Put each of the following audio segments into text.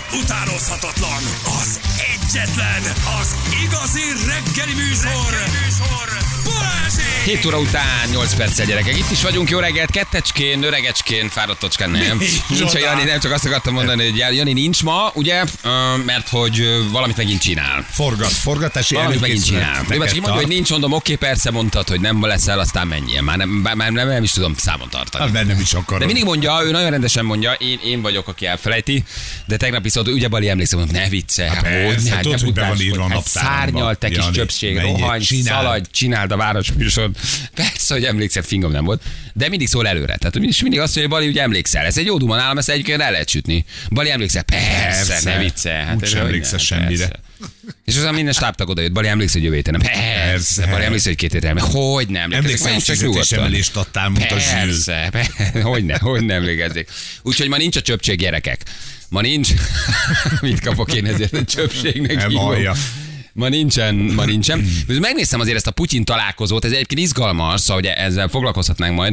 utánozhatatlan, az egyetlen, az igazi reggeli műsor, Balázsék! 7 óra után 8 perccel, gyerekek. Itt is vagyunk, jó reggelt, kettecskén, öregecskén, fáradtocskán, nem. Nincs a Jani, nem csak azt akartam mondani, hogy Jani nincs ma, ugye, mert hogy valamit megint csinál. Forgatási Valamit megint előkészület. csinál. Ő csak mondja, hogy nincs, mondom, oké, persze mondtad, hogy nem leszel, aztán menjél. Már nem is tudom számon tartani. Hát nem is akarom. De mindig mondja, ő nagyon rendesen mondja, én vagyok, aki elfelejti, de tegnap viszont ugye Bali emlékszem, hogy ne vicce, persze, tudod, hogy be van írva a naptáromba. Szárnyal, te kis Jani, csöpség, menjél, rohanj, szaladj, csináld a városműsort. Persze, hogy emlékszem, fingom nem volt, de mindig szól előre. Tehát mindig azt mondja, hogy Bali, ugye emlékszel. Ez egy jó duma nálam, ezt egyébként el lehet sütni. Bali emlékszel? Persze, ne vicce. Hát úgysem emlékszel semmire. És aztán minden stábtag odajött. Bali emlékszel, hogy jövő héten? Persze. Bali emlékszel, hogy 2 héten? Hogy nem emlékszel, hogy fizetésemelést adtál, mint a Zsül. Persze, hogy nem emlékezzék. Úgyhogy ma nincs a csöpség, gyerekek. Ma nincs. Mit kapok én ezért a csöpségnek? Nem hallja. Ma nincsen. Megnéztem azért ezt a Putyin találkozót, ez egyébként izgalmas, szóval ugye ezzel foglalkozhatnánk majd.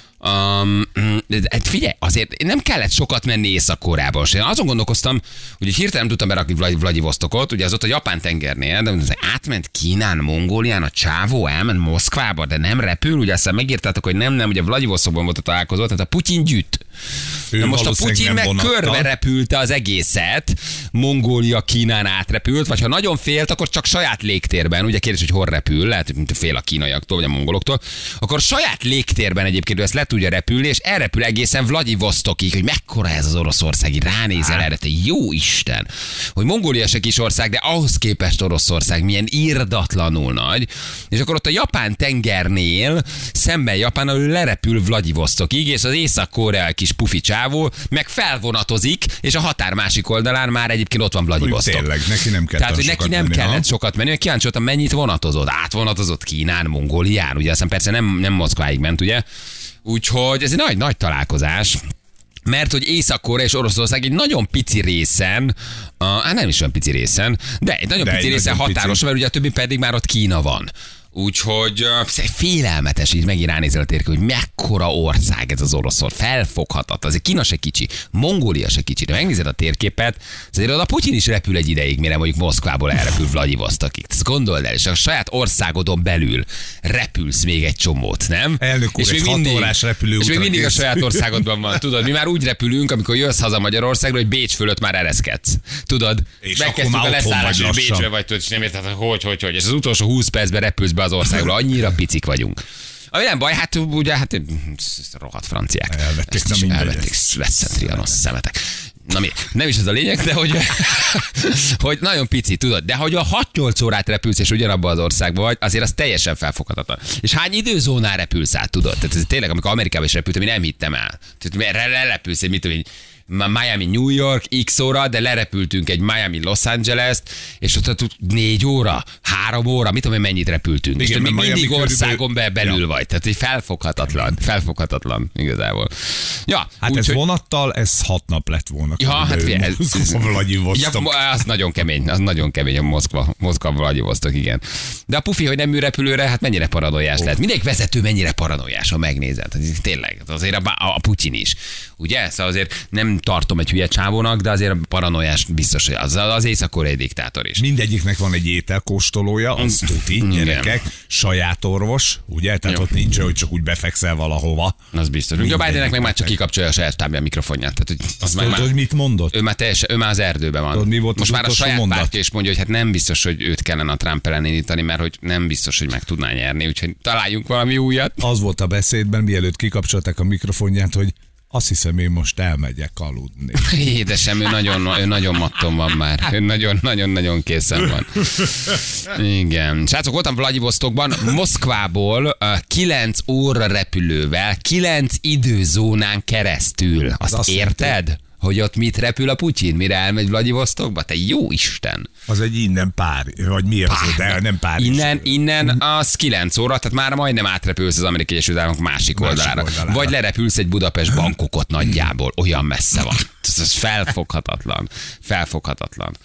Figyelj, azért nem kellett sokat menni Észak-Koreába. Én azon gondolkoztam, hogy hirtelen tudtam berakni Vladivostokot, ugye az ott a Japán tengernél, de átment Kínán, Mongólián, a csávó elment Moszkvába, de nem repül, ugye aztán megírtátok, hogy nem, ugye Vladivostokban volt a találkozó, tehát a Putyin gyűjt. Na most a Putyin meg körbe repülte az egészet, Mongólia Kínán átrepült, vagy ha nagyon félt, akkor csak saját légtérben, ugye kérdés, hogy hol repül, lehet, hogy fél a kínaiaktól, vagy a mongoloktól, akkor saját légtérben egyébként ezt le tudja repülni, és elrepül egészen Vladivostokig, hogy mekkora ez az Oroszország, így ránézel erre, te jó Isten, hogy Mongólia se kis ország, de ahhoz képest Oroszország milyen irdatlanul nagy, és akkor ott a Japán tengernél, szemben Japánnal ő lerepül Vladivostokig, és az Észak-Korea kis pufi csávó meg felvonatozik, és a határ másik oldalán már egyébként ott van Vladivostok. Tényleg, neki nem kellett. Tehát, hogy neki nem kellett sokat menni, kíváncsi voltam, mennyit vonatozott. Átvonatozott Kínán, Mongólián, ugye aztán persze nem Moszkváig ment, ugye? Úgyhogy ez egy nagy találkozás. Mert hogy Észak-Korea és Oroszország egy nagyon pici részen, nem is olyan pici részen, de egy nagyon pici részen határos, mert ugye a többi pedig már ott Kína van. Úgyhogy félelmetes, így megint ránézel a térképre, hogy mekkora ország ez az Oroszország, felfoghatatlan. Azért Kína se kicsi, Mongólia se kicsi. De megnézed a térképet, azért oda Putyin is repül egy ideig, mire mondjuk Moszkvából elrepül Vladivostokig. Ezt gondold el, és a saját országodon belül repülsz még egy csomót, nem? Elnök úr, és még 6 órás repülő és még mindig a saját országodban van, tudod? Mi már úgy repülünk, amikor jössz haza Magyarországra, hogy Bécs fölött már ereszkedsz. Tudod? És megkezdtük a leszállást, hogy Bécsre vagy, tudod, és nem érted, hogy. És az utolsó 20 percben repülsz be az országba, annyira picik vagyunk. Ami nem baj, hát ugye, rohadt franciák. Elvették Szvetszen Trianon szemetek. Na mi, nem is ez a lényeg, de hogy nagyon pici, tudod, de hogy a 6-8 órát repülsz, és ugyanabban az országban vagy, azért az teljesen felfoghatatlan. És hány időzónán repülsz át, tudod? Tehát ez tényleg, amikor Amerikában is repültem, én nem hittem el. Tehát lelepülsz, mit tudom, Miami, New York, X óra, de lerepültünk egy Miami, Los Angeles-t, és ott 4 óra, 3 óra, mit tudom én, mennyit repültünk. Igen, és még mindig országon belül vagy. Tehát egy felfoghatatlan igazából. Ja, hát ez vonattal, ez 6 nap lett volna. Ja, hát Vladivostok. Az nagyon kemény a Moszkva Vladivostok, igen. De a pufi, hogy nem ül repülőre, hát mennyire paranoiás lehet. Mindenki vezető mennyire paranoiás, ha megnézed. Tényleg, azért a Putyin is. Ugye? Szóval azért nem tartom egy hülye csávónak, de azért paranoiás biztos, hogy az észak-koreai diktátor is. Mindegyiknek van egy ételkóstolója, az tuti, gyerekek, saját orvos, ugye? Tehát ott nincs, hogy csak úgy befekszel valahova. Az biztos. Ugye a Bidennek meg már csak kikapcsolja a saját tábja mikrofonját. Tehát, azt tudod, hogy mit mondott? Ő már az erdőben van. Tudod, mi volt most már a saját mondat? pártja is mondja, hogy hát nem biztos, hogy őt kellene a Trump ellen indítani, mert hogy nem biztos, hogy meg tudná nyerni, úgyhogy találjunk valami újat. Az volt a beszédben, mielőtt kikapcsolták a mikrofonját, hogy azt hiszem, én most elmegyek aludni. Édesem, ő nagyon matton van már. Ő nagyon készen van. Igen. Srácok, voltam Vladivostokban, Moszkvából 9 óra repülővel, 9 időzónán keresztül. Azt érted? Hogy ott mit repül a Putyin, mire elmegy Vladivostokba? Te jó Isten! Az egy innen vagy mi az, de nem Párizs. Innen az 9 óra, tehát már majdnem átrepülsz az Amerikai Egyesült Államok másik oldalára. Vagy lerepülsz egy Budapest Bangkokot nagyjából, olyan messze van. Ez felfoghatatlan.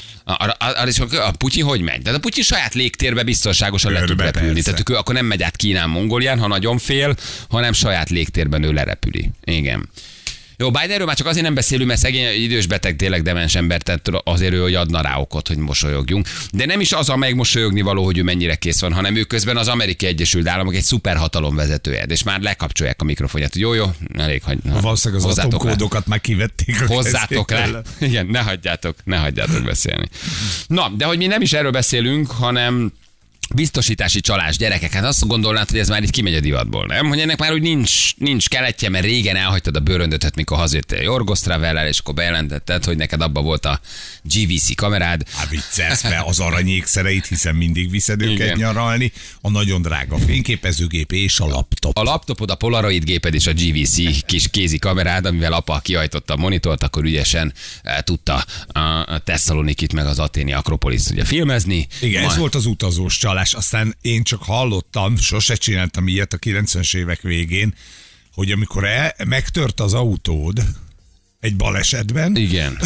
A Putyin hogy megy? De a Putyin saját légtérbe biztonságosan le tud repülni. Tehát ő akkor nem megy át Kínán, Mongólián, ha nagyon fél, hanem saját légtérben ő lerepüli. Igen. Jó, Bidenről már csak azért nem beszélünk, mert szegény idős beteg, tényleg demens ember, tehát azért ő, hogy adna rá okot, hogy mosolyogjunk. De nem is az a megmosolyogni való, hogy ő mennyire kész van, hanem ő közben az Amerikai Egyesült Államok egy szuperhatalom vezetője, és már lekapcsolják a mikrofonját. Jó, elég hagy. Valószínűleg az atomkódokat már kivették a hozzátok le. Igen, ne hagyjátok beszélni. Na, de hogy mi nem is erről beszélünk, hanem biztosítási csalás, gyerekek, hát azt gondolnád, hogy ez már itt kimegy a divatból, nem? Hogy ennek már úgy nincs keletje, mert régen elhagytad a bőröndöt, mikor hazajöttél Jorgos Travellel, és akkor bejelentetted, hogy neked abba volt a GVC kamerád. Hát viccelsz, mert az aranyékszereit, hiszen mindig viszed őket nyaralni, a nagyon drága fényképezőgép és a laptop. A laptopod, a Polaroid géped és a GVC kis kézi kamerád, amivel apa kihajtotta a monitort, akkor ügyesen tudta a Tesszalonikit meg az athéni Akropoliszt ugye filmezni. Igen, ez volt az utazós csalás. Aztán én csak hallottam, sose csináltam ilyet a 90-es évek végén, hogy amikor megtört az autód egy balesetben, igen.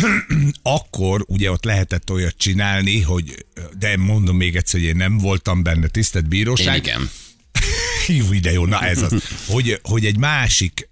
Akkor ugye ott lehetett olyat csinálni, hogy, de mondom még egyszer, hogy én nem voltam benne, tisztelt bíróság. Én igen. Hívj ide, jó, na ez az. Hogy egy másik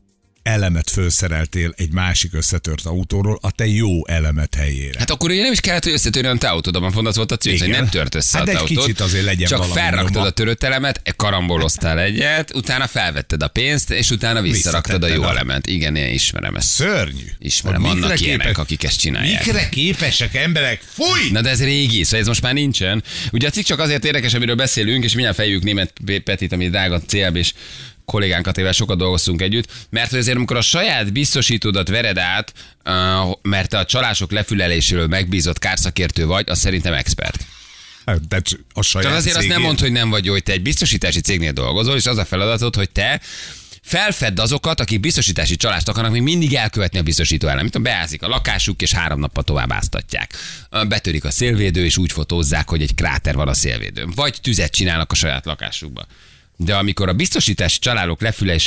elemet felszereltél egy másik összetört autóról a te jó elemet helyére. Hát akkor ugye nem is kellett, hogy összetörjön a te autódban, pont az volt a cél, hogy nem tört össze hát a te autód. Kicsit azért legyen csak valami felraktad nyoma. a törött elemet, karamboloztál egyet, utána felvetted a pénzt, és utána visszaraktad a jó elemet. Igen, én ismerem ezt. Szörnyű. Ismerem, vannak ilyenek, akik ezt csinálják. Mikre képesek emberek? Fúj! Na de ez régi, szóval ez most már nincsen. Ugye a cikk csak azért érdekes, amiről beszélünk, és mindjárt feljük Német Petit, ami drága CLB és kollégánkat, ével sokat dolgoztunk együtt, mert azért amikor a saját biztosítódat vered át, mert te a csalások lefüleléséről megbízott kárszakértő vagy, az szerintem expert. De a saját tehát azért cégén... azt nem mondd, hogy nem vagy jó, hogy te egy biztosítási cégnél dolgozol, és az a feladatod, hogy te felfedd azokat, akik biztosítási csalást akarnak még mindig elkövetni a biztosító ellen. Mit beázik a lakásuk, és 3 nappal tovább áztatják. Betörik a szélvédő, és úgy fotózzák, hogy egy kráter van a szélvédőn. Vagy tüzet csinálnak a saját lakásukba. De amikor a biztosítási családok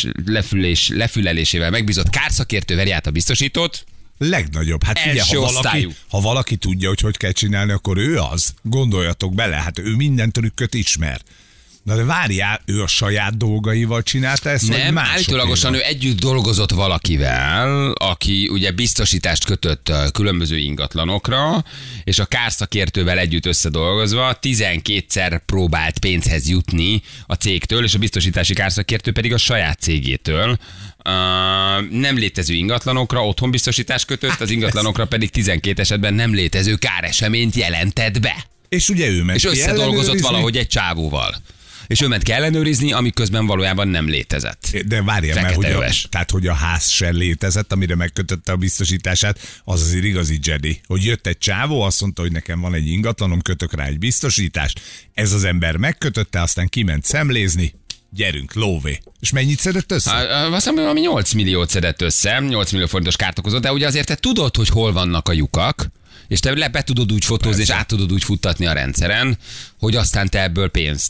lefülelésével megbízott kárszakértő veri át a biztosítót, legnagyobb. Hát figyelj, ha valaki tudja, hogy kell csinálni, akkor ő az. Gondoljatok bele, hát ő minden trükköt ismer. Na de várjál, ő a saját dolgaival csinálta ezt, vagy nem, másokéval? állítólagosan ő együtt dolgozott valakivel, aki ugye biztosítást kötött különböző ingatlanokra, és a kárszakértővel együtt összedolgozva 12-szer próbált pénzhez jutni a cégtől, és a biztosítási kárszakértő pedig a saját cégétől. Nem létező ingatlanokra otthonbiztosítást kötött, az ingatlanokra pedig 12 esetben nem létező káreseményt jelentett be. És ugye ő ment és összedolgozott valahogy egy csávóval. És ő ment ki ellenőrizni, ami közben valójában nem létezett. De várjál, mert hogy a ház sem létezett, amire megkötötte a biztosítását, az azért igazi Jedi. Hogy jött egy csávó, azt mondta, hogy nekem van egy ingatlanom, kötök rá egy biztosítást. Ez az ember megkötötte, aztán kiment szemlézni, gyerünk, lóvé. És mennyit szedett össze? Azt hiszem, hogy 8 milliót szedett össze, 8 millió forintos kárt okozott, de ugye azért te tudod, hogy hol vannak a lyukak, és te be tudod úgy fotózni, persze, és át tudod úgy futtatni a rendszeren, hogy aztán te ebből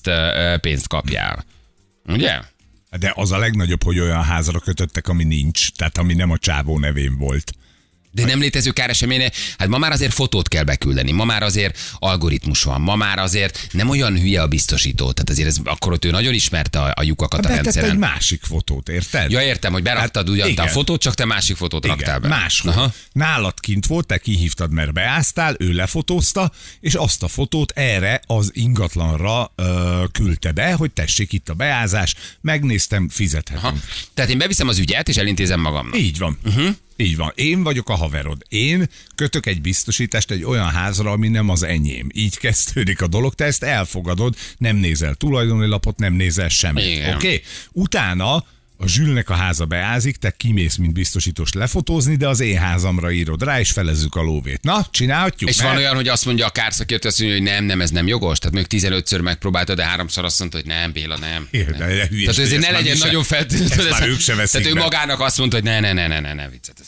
pénzt kapjál. Ugye? De az a legnagyobb, hogy olyan házra kötöttek, ami nincs, tehát ami nem a csávó nevén volt. De nem létező káreseményre, hát ma már azért fotót kell beküldeni, ma már azért algoritmus van, ma már azért nem olyan hülye a biztosító, tehát azért akkor ott ő nagyon ismerte a lyukakat a rendszeren. egy másik fotót, érted? Ja, értem, hogy beraktad ugyan a fotót, csak te másik fotót raktál be. Máshol. Aha. Nálad kint volt, te kihívtad, mert beáztál, ő lefotózta, és azt a fotót erre az ingatlanra küldte be, hogy tessék itt a beázás, megnéztem, fizethetünk. Aha. Tehát én beviszem az ügyet, és elintézem magamnak. Így van. Így van. Én vagyok a haverod. Én kötök egy biztosítást egy olyan házra, ami nem az enyém. Így kezdődik a dolog. Te ezt elfogadod, nem nézel tulajdoni lapot, nem nézel semmit. Oké? Utána a Zsülnek a háza beázik, te kimész, mint biztosítós lefotózni, de az én házamra írod rá, és felezzük a lóvét. Na, csinálhatjuk. És van olyan, hogy azt mondja a kárszakértő, azt mondja, hogy nem, ez nem jogos. Tehát mondjuk 15-ször megpróbálta, de 3-szor azt mondta, hogy nem, Béla, nem. Tehát ezért ne legyen nagyon feltűnő. Tehát ő magának azt mondta, hogy ne, viccet,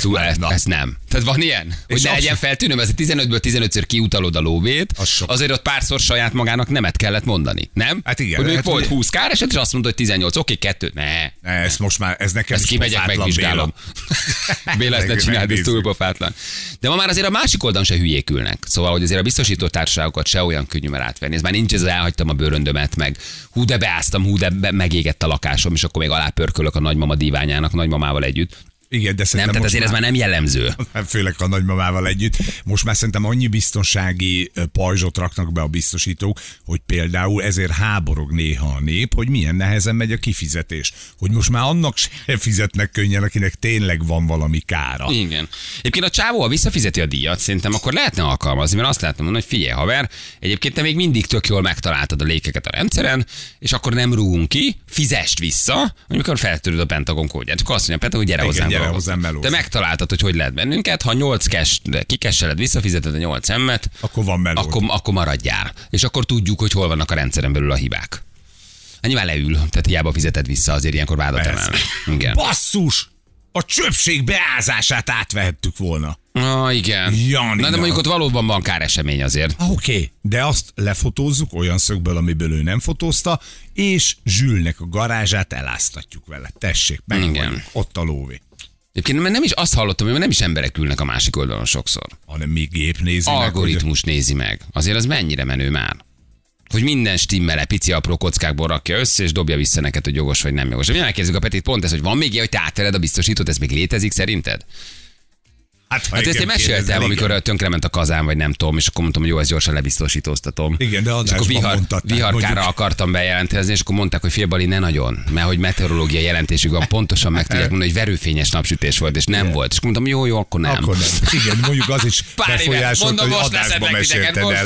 ezt nem. Tehát van ilyen? Hogy ne legyen feltűnő, mert 15-ből 15-ször kiutalod a lóvét, azért ott párszor saját magának nemet kellett mondani, nem? Hát igen. Hogy még volt 20 káreset, és azt mondta, hogy 18, oké, 2, ne. Ez most már, ez nekem ezt is kimegyek, megvizsgálom. Béla, ezt ne csináld, ez túl pofátlan. De ma már azért a másik oldalon se hülyék ülnek. Szóval, hogy azért a biztosító társaságokat se olyan könnyű már átvenni. Ez már nincs ez, elhagytam a bőröndömet, meg hú de beáztam, hú de megégett a lakásom, és akkor még alá pörkölök a nagymama díványának, nagymamával együtt. Igen, de Nem, szerintem tehát azért ez már nem jellemző. főleg a nagymamával együtt. Most már szerintem annyi biztonsági pajzsot raknak be a biztosítók, hogy például ezért háborog néha a nép, hogy milyen nehezen megy a kifizetés. Hogy most már annak se fizetnek könnyen, akinek tényleg van valami kára. Igen. Egyébként a csávó, ha visszafizeti a díjat, szerintem akkor lehetne alkalmazni, mert azt lehetne mondani, hogy figyelj haver, egyébként te még mindig tök jól megtaláltad a lékeket a rendszeren, és akkor nem rúgunk ki, fizest vissza, amikor feltöröd a Pentagon kódját. Csak azt mondja a Pentagon, hogy gyere hozzám melózni. Te megtaláltad, hogy lett bennünket, ha 8 cash kikesseled, visszafizeted a 8 emmet, akkor van melód. Akkor maradjál. És akkor tudjuk, hogy hol vannak a rendszeren belül a hibák. Nyilván leül, tehát hiába fizeted vissza, azért ilyenkor vádat emelnek. Igen. Basszus! A csöpség beázását átvehettük volna. Igen. Jani, na, de mondjuk ott valóban van káresemény azért. Oké, de azt lefotózzuk olyan szögből, amiből ő nem fotózta, és Zsülnek a garázsát eláztatjuk vele. Tessék, meg ott a lóvé. Egyébként mert nem is azt hallottam, hogy nem is emberek ülnek a másik oldalon sokszor. Hanem még gép nézi meg. Algoritmus nézi meg. Azért az mennyire menő már. Hogy minden stimmele, pici apró kockákból rakja össze, és dobja vissza neked, hogy jogos vagy nem jogos. De mi megkérdezzük a Petit pont ez, hogy van még ilyen, hogy te átvered a biztosítót, ez még létezik szerinted? Hát ezt én meséltem, amikor tönkrement a kazán, vagy nem tudom, és akkor mondtam, hogy jó, ezt gyorsan lebiztosítoztatom. Igen, de és akkor viharkára akartam bejelentkezni, és akkor mondták, hogy félbali ne nagyon, mert hogy meteorológiai jelentésük van, pontosan meg tudják mondani, hogy verőfényes napsütés volt, és nem volt. És akkor mondtam, jó, akkor nem. Akkor nem. Igen, mondjuk az is befolyásolt, hogy adásba mesélted el.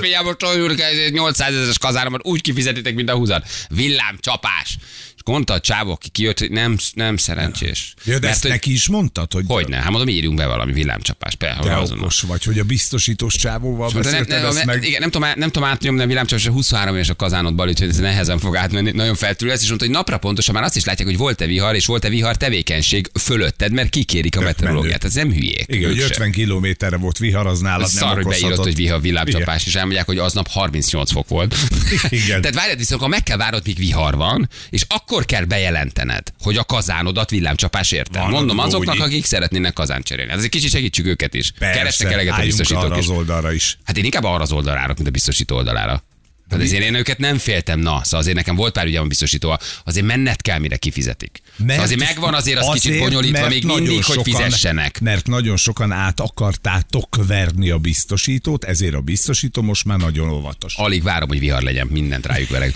Most 800 000-es kazáromat úgy kifizetitek, mint a húzat. Villámcsapás. Mondta a csávó, aki kijött, hogy nem szerencsés. Ja, de ezt neki is mondtad? Hogyne, hát mondom, írjunk be valami villámcsapás. Te okos vagy, hogy a biztosítós csávóval beszélted ezt meg. Igen, nem tudom átnyomni a villámcsapás, 23 éves a kazánod bal, úgyhogy ez nehezen fog átmenni. Nagyon feltűnő lesz, és mondta, hogy napra pontosan már azt is látják, hogy volt-e vihar, és volt-e vihar tevékenység fölötted, mert kikérik a meteorológiát. Ez nem hülyék. Igen, hogy 50 kilométerre volt vihar, az nálad nem okozhatott. Hogy beírott, hogy vihar, villámcsapás, és elmondják, hogy aznap 38 fok volt. Igen. Tehát várjad, viszont meg kell várod, míg vihar van, és akkor kell bejelentened, hogy a kazánodat villámcsapás érte. Mondom azoknak, akik szeretnének kazánt cserélni. Ez egy kicsit segítsük őket is. Keresnek eleget a biztosítók arra is. Az oldalra is. Hát én inkább arra az oldalra állok, mint a biztosító oldalára. Tehát azért én őket nem féltem, szóval azért nekem volt pár ügyem a biztosítóval, azért menned kell, mire kifizetik. Szóval azért megvan azért az kicsit bonyolítva még mindig, hogy fizessenek. Mert nagyon sokan át akartátok verni a biztosítót, ezért a biztosító most már nagyon óvatos. Alig várom, hogy vihar legyen, mindent rájuk verek.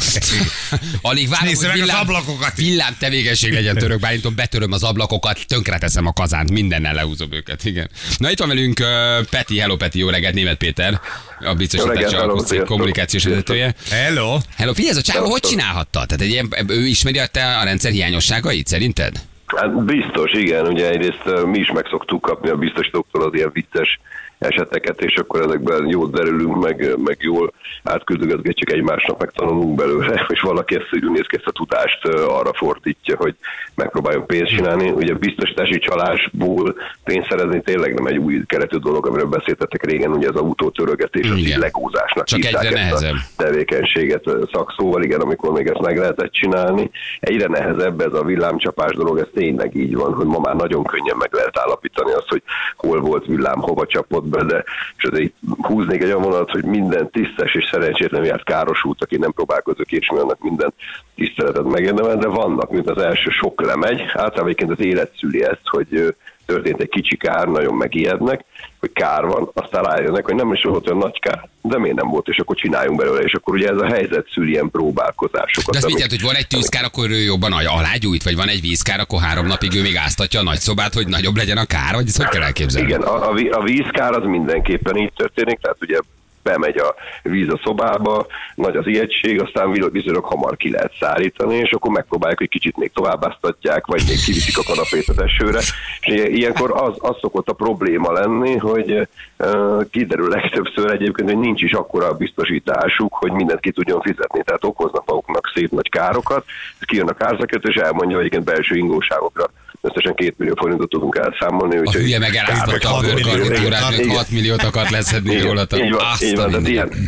Alig várom, hogy villám tevékenység legyen Török Bálinton, betöröm az ablakokat, tönkreteszem a kazánt, mindennel lehúzom őket. Igen. Na itt van velünk Peti, hello Peti, jó reggelt, Németh Péter, a biztosítási kommunikációs vezetője. Hello. Figyelj, ez a csávó hogy csinálhatta? Tehát ő ismeri a rendszer hiányosságait, szerinted? Hát biztos, igen. Ugye egyrészt mi is meg szoktuk kapni a biztosítóktól az ilyen vicces eseteket, és akkor ezekben jól derülünk, meg jól átküldögetjük egymásnak, megtanulunk belőle, és valaki ezt úgy néz ki, ezt a tudást arra fordítja, hogy megpróbáljon pénzt csinálni. Ugye biztosítási csalásból pénzt szerezni tényleg nem egy új keletű dolog, amiről beszéltetek régen, ugye az autótörögetés, az így legózásnak csak egyre nehezebb a tevékenységet szakszóval, igen, amikor még ezt meg lehetett csinálni. Egyre nehezebb ez a villámcsapás dolog, ez tényleg így van, hogy ma már nagyon könnyen meg lehet állapítani azt, hogy hol volt villám, hova csapott be, de és azért húznék egy olyan vonalat, hogy minden tisztes és szerencsétlen járt károsult, aki nem próbálkozik, és annak minden tiszteletet megérdemel, de vannak, mint az első sok lemegy. Általában egyébként az élet szüli ezt, hogy történt egy kicsi kár, nagyon megijednek, hogy kár van, aztán rájönnek, hogy nem is volt olyan nagy kár, de miért nem volt, és akkor csináljunk belőle, és akkor ugye ez a helyzet szül ilyen próbálkozásokat. De azt mit jelent, hogy van egy tűzkár, akkor ő jobban alágyújt, vagy van egy vízkár, akkor 3 napig ő még áztatja a nagyszobát, hogy nagyobb legyen a kár, vagy ezt hogy kell elképzelni? Igen, a vízkár az mindenképpen így történik, tehát ugye bemegy a víz a szobába, nagy az ijegység, aztán viszonylag hamar ki lehet szárítani, és akkor megpróbálják, hogy kicsit még továbbáztatják, vagy még kiviszik a kanapét az esőre. És ilyenkor az szokott a probléma lenni, hogy kiderül legtöbbször egyébként, hogy nincs is akkora biztosításuk, hogy mindent ki tudjon fizetni. Tehát okoznak maguknak szép nagy károkat, kijön a kárszakértő, és elmondja, hogy egyébként belső ingóságokra összesen 2 millió forintot tudunk elszámolni. A hülye megeláztatta a bőrkarnitúrát, 6 milliót akart leszedni rólatok. Így van,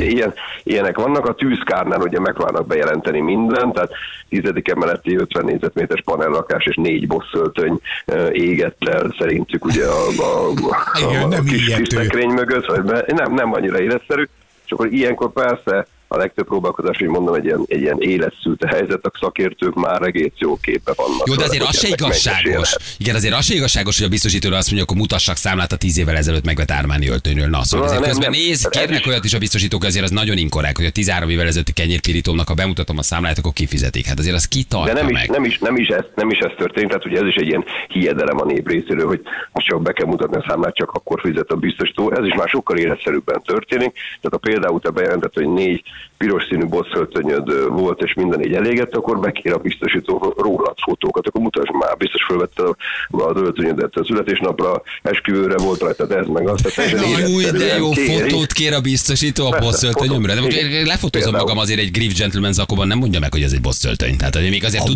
ilyenek vannak. A tűzkárnál ugye megvárnak bejelenteni mindent, tehát 10. emeleti 50 négyzetméteres panellakás és 4 bosszöltöny égett el szerintük ugye a kis szekély mögött, vagy nem annyira életszerű, és akkor ilyenkor persze a legtöbb próbálkozás, hogy mondom, egy ilyen életszűlte helyzet, a szakértők már egész jó képbe vannak. Jó, de azért az se igazságos. Igen, azért az se igazságos, hogy a biztosítóra azt mondja, akkor mutassak számlát a 10 évvel ezelőtt megvett Armani öltönyről. Na, szóval azért közben kérnek olyat is a biztosítók, azért az nagyon inkorrekt, hogy a 13 évvel ezelőtti kenyérpirítómnak, ha bemutatom a számlát, akkor kifizetik. Hát azért az kitartja de meg. Nem is ez történt, tehát ugye ez is egy ilyen hiedelem a nép részéről, hogy csak be kell mutatni a számlát, csak akkor fizet a biztosító. Ez is már sokkal életszerűbben történik. Tehát ha például te bejelentett, hogy 4 piros színű bosszöltönyöd volt, és minden így elégett, akkor bekér a biztosító rólad fotókat, akkor mutasd már, biztos felvette az öltönyödet a születésnapra, esküvőre volt rajta, ez meg azt. De jó fotót kér a biztosító a bosszöltönyömre. De lefotózom magam azért egy Griff Gentleman zakóban, nem mondja meg, hogy ez egy bosszöltöny. Tehát hogy még azért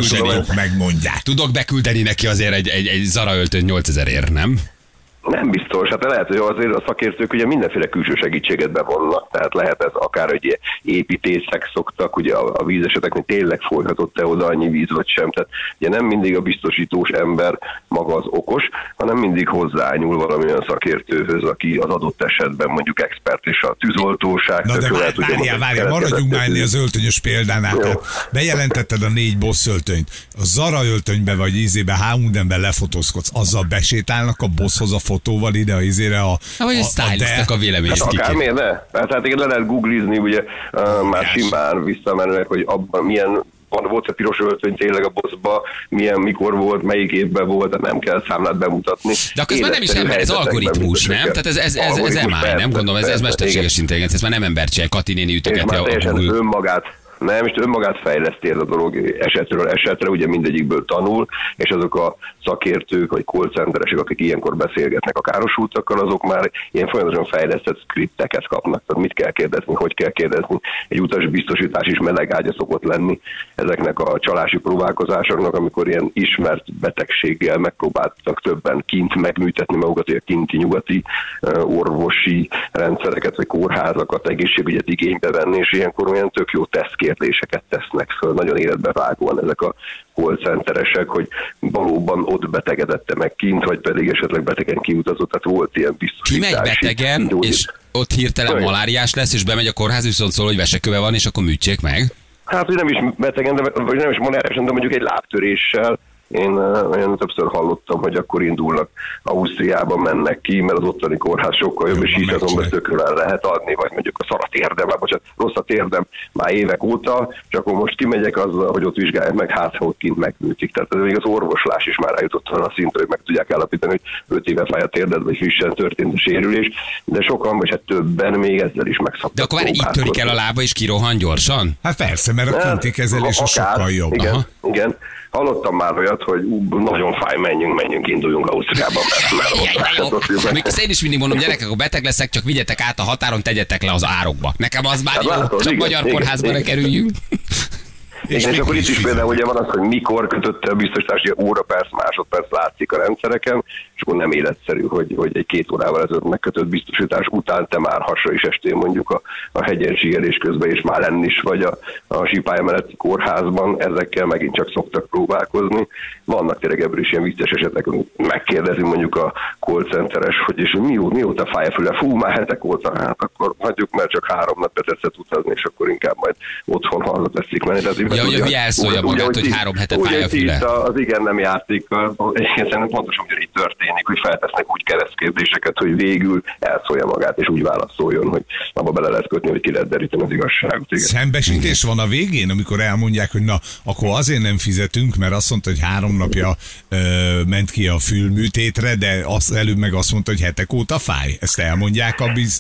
tudok beküldeni neki azért egy Zara öltöny 8000 ér, nem? Nem biztos, hát lehet, hogy azért a szakértők ugye mindenféle külső segítséget bevonnak, tehát lehet ez akár, hogy építészek szoktak, ugye a vízeseteknél tényleg folyhatott-e oda annyi víz vagy sem, tehát ugye nem mindig a biztosítós ember maga az okos, hanem mindig hozzáányúl valamilyen szakértőhöz, aki az adott esetben mondjuk expert, és a tűzoltóság. Na de várjál, maradjunk már ennél az öltönyös példánál. Bejelentetted a 4 bosszöltönyt, a Zara öltönybe vagy ízébe H&M-ben lefotózkodsz, azzal besétálnak a bosszhoz a fotóval ide a izére vagy a stylisták a véleményét hát akármiért ne. Tehát igen, le lehet googlizni, ugye már simán visszamenőleg, hogy abban milyen volt a piros öltöny tényleg a bosszba, mikor volt, melyik évben volt, de nem kell számlát bemutatni. De akkor ez már nem is ember, ez algoritmus, nem? Tehát ez MI, nem gondolom, ez mesterséges intelligencia, ez már nem embercsinál, Kati néni ütögeti a Google. Nem, és önmagát fejleszti ez a dolog esetről esetre, ugye mindegyikből tanul, és azok a szakértők, vagy call centeresek, akik ilyenkor beszélgetnek a károsultakkal, azok már ilyen folyamatosan fejlesztett skripteket kapnak. Tehát mit kell kérdezni, hogy kell kérdezni. Egy utasbiztosítás is melegágya szokott lenni ezeknek a csalási próbálkozásoknak, amikor ilyen ismert betegséggel megpróbáltak többen kint megműtetni magukat, hogy a kinti nyugati orvosi rendszereket, vagy kórházakat, egészségügyet igénybe venni, és ilyenkor olyan tök jó tesztkérdéseket tesznek föl, nagyon életbevágóan ezek a call centeresek, hogy valóban ott betegedette meg kint, vagy pedig esetleg betegen kiutazott, tehát volt ilyen biztosítási. Ki megy betegen, és ott hirtelen maláriás lesz, és bemegy a kórház, viszont szól, hogy veseköve van, és akkor műtsék meg? Hát, hogy nem is betegen, vagy nem is maláriás, de mondjuk egy lábtöréssel. Én többször hallottam, hogy akkor indulnak Ausztriába, mennek ki, mert az ottani kórház sokkal jobb, és így azonban tökről el lehet adni, vagy mondjuk a szarat érdem, rossz a térdem már évek óta, és akkor most kimegyek azzal, hogy ott vizsgálják meg, hát ha ott kint megműtik. Tehát ez még az orvoslás is már eljutott a szintre, hogy meg tudják állapítani, hogy 5 éve fáj a térded, vagy frissen történt a sérülés, de sokan, vagy hát többen még ezzel is megszoktak. De akkor így törik el a lába, és kirohan gyorsan? Hát persze, mert a kinti kezelés sokkal jobb. Igen. Hallottam már olyat, hogy nagyon fáj, menjünk, induljunk Ausztriába. Mert én is mindig mondom, gyerekek, ha beteg leszek, csak vigyetek át a határon, tegyetek le az árokba. Nekem az már jó, csak magyar kórházba ne kerüljünk. És akkor itt is például ugye van az, hogy mikor kötötte a biztosítás, hogy óra, perc, másodperc látszik a rendszereken, és akkor nem életszerű, hogy egy 2 órával ezelőtt megkötött biztosítás után te már hasra is estél mondjuk a hegyen síelés közben, és már lenni is vagy a sípálya melletti kórházban, ezekkel megint csak szoktak próbálkozni. Vannak tényleg ebből is ilyen vicces esetek, megkérdezi mondjuk a call centeres, hogy és mióta fáj a füle, fú, már hetek óta, hát akkor hagyjuk, mert csak 3 nap tetszett utazni, és akkor inkább majd otthon hazateszik menni. Ja, hogy elszólja magát, hogy 3 hete fáj a füle. Az igen nem játék, szerintem pontosan ugyanígy történik, hogy feltesznek úgy keresztkérdéseket, hogy végül elszólja magát, és úgy válaszoljon, hogy abba bele lehet kötni, hogy ki lehet deríteni az igazságot. Igen. Szembesítés van a végén, amikor elmondják, hogy na, akkor azért nem fizetünk, mert azt mondta, hogy 3 napja ment ki a fülműtétre, de előbb meg azt mondta, hogy hetek óta fáj. Ezt elmondják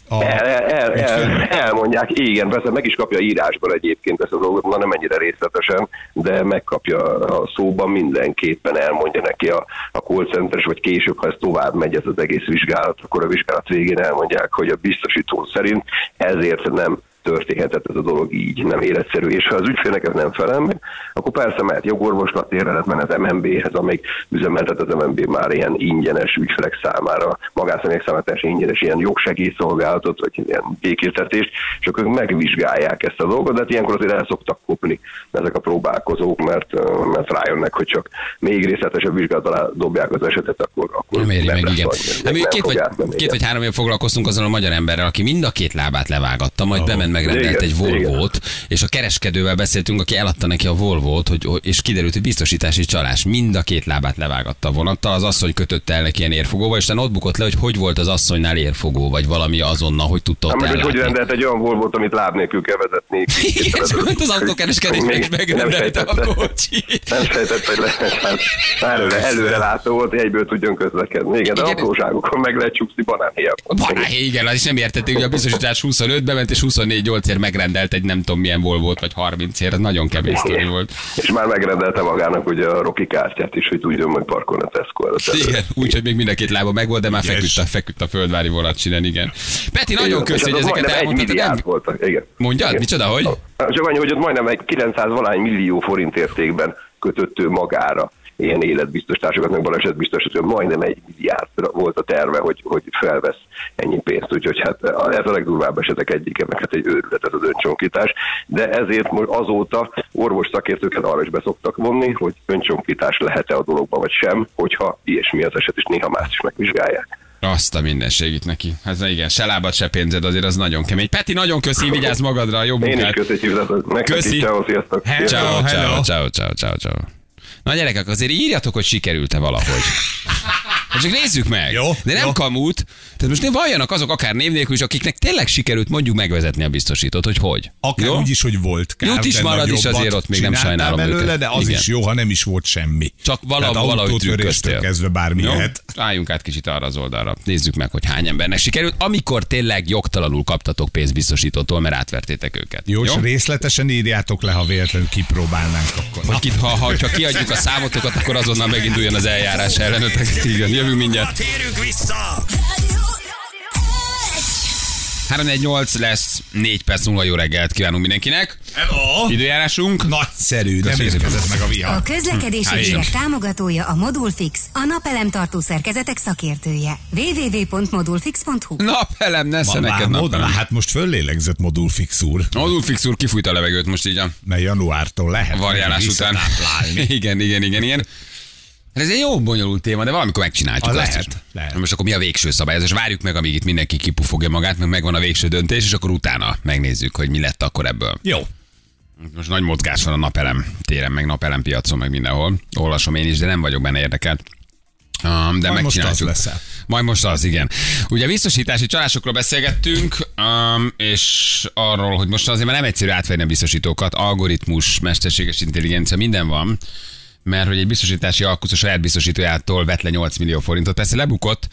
elmondják, igen, persze meg is kapja írásban egyébként ezt a dolgot, na nem ennyire részletesen, de megkapja a szóban, mindenképpen elmondja neki a call centeres, vagy később, ha ez tovább megy ez az egész vizsgálat, akkor a vizsgálat végén elmondják, hogy a biztosító szerint ezért nem történhetett ez a dolog így, nem életszerű, és ha az ügyfélnek ez nem felel meg, akkor persze mehet jogorvoslat, lehet menni az MNB-hez, amelyik üzemeltet az MNB már ilyen ingyenes ügyfelek számára, magánszemélyek számára teljesen ingyenes ilyen jogsegélyszolgálatot, vagy ilyen békéltetést, és akkor megvizsgálják ezt a dolgot, de hát ilyenkor azért el szoktak kopni ezek a próbálkozók, mert rájönnek, hogy csak még részletesebb vizsgálat alá dobják az esetet, akkor nem éri meg, igen. Mi 2 vagy 3 év foglalkoztunk azzal a magyar emberrel, aki mind a 2 lábát levágatta, majd bement megrendelt Igen, egy Volvót, és a kereskedővel beszéltünk, aki eladta neki a Volvót, és kiderült, hogy biztosítási csalás. Mind a két lábát levágatta a vonattal, az asszony kötötte el neki ilyen érfogóval, és ott bukott le, hogy volt az asszonynál érfogó, vagy valami azonnal, hogy tudta ott ellátni. Hogy rendelt egy olyan Volvót, amit láb nélkül kell vezetni. Igen, csak ment az autókereskedésben, és megrendelte a kocsit. Nem sejtett, hogy lehet, előre látó volt, hogy egyből tudjon közlekedni. Igen, de apróságokon meg lehet csúszni banánhéjabban. Banánhéj, igen, az is nem értették, hogy a biztosítás 25 bement, és 24-8-ért megrendelt egy nem tudom milyen Volvót, vagy 30-ért, ez nagyon kevés sztori volt. És már megrendelte magának ugye a Rocky kártyát is, hogy tudjon majd parkolni a Tesco előtt. Igen, úgyhogy még mind a két lába megvolt, de már feküdt a földvári vonatcsinálni, igen. Peti, nagyon köszi, hogy ezeket elmondtad. Mondjad, micsoda, hogy? Csak annyi, hogy ott majdnem 900-valány millió forint értékben kötött ő magára ilyen életbiztosításokat, meg balesetbiztosításokat, majdnem 1 milliárd volt a terve, hogy felvesz ennyi pénzt, úgyhogy hát ez a legdurvább esetek egyike, meg hát egy őrület ez az öncsonkítás, de ezért most azóta orvos szakértőket arra is beszoktak vonni, hogy öncsonkítás lehet-e a dologban, vagy sem, hogyha ilyesmi az eset, és néha más is megvizsgálják. Azt a minden segít neki. Ez igen, se lábad, se pénzed, azért az nagyon kemény. Peti, nagyon köszi, vigyázz magadra, jó munkát. Én is köszönjük, köszi. Ciao, sziasztok. Ciao. Na gyerekek, azért írjatok, hogy sikerült-e valahogy. Csak nézzük meg. Jó, de nem jó. Kamut. Tehát most nem valljanak azok akár név nélkül is, akiknek tényleg sikerült mondjuk megvezetni a biztosítót, hogy. Akár jó? úgy is, hogy volt kár, Jut is marad is azért ott, még nem sajnálom belőle, őket. de az Igen. is jó, ha nem is volt semmi. Csak valahogy trüköztél. Kezdve bármi Jó? lehet. Álljunk át kicsit arra az oldalra. Nézzük meg, hogy hány embernek sikerült, amikor tényleg jogtalanul kaptatok pénzbiztosítótól, mert átvertétek őket. Jó, és részletesen írjátok le, ha véletlenül kipróbálnánk akkor. Hogy ha kiadjuk a számotokat, akkor azonnal meginduljon az eljárás ellenetek. Igen, jövünk mindjárt. Térünk vissza! 318 lesz, 4 perc múlva jó reggelt kívánunk mindenkinek. Hello! Időjárásunk. Nagyszerű, nem érkezett meg a vihar. A közlekedési hírek támogatója a Modulfix, a napelemtartó szerkezetek szakértője. www.modulfix.hu. Napelem, nesze neked napelem. Hát most föllélegzett Modulfix úr, Modulfix úr kifújt a levegőt most így a mert januártól lehet variálás után. igen. Ez egy jó bonyolult téma, de valamikor megcsináljuk. Lehet. Most akkor mi a végső szabályozás? Várjuk meg, amíg itt mindenki kipufogja magát, meg megvan a végső döntés, és akkor utána megnézzük, hogy mi lett akkor ebből. Jó. Most nagy mozgás van a napelem téren, meg napelem piacon, meg mindenhol. Olvasom én is, de nem vagyok benne érdekelt. De Majd most az megcsináljuk. leszel. Majd most az, igen. Ugye biztosítási csalásokról beszélgettünk, és arról, hogy most azért már nem egyszerű átvenni a biztosítókat, algoritmus, mesterséges intelligencia, minden van, mert hogy egy biztosítási alkusz a saját biztosítójától vett le 8 millió forintot, persze lebukott,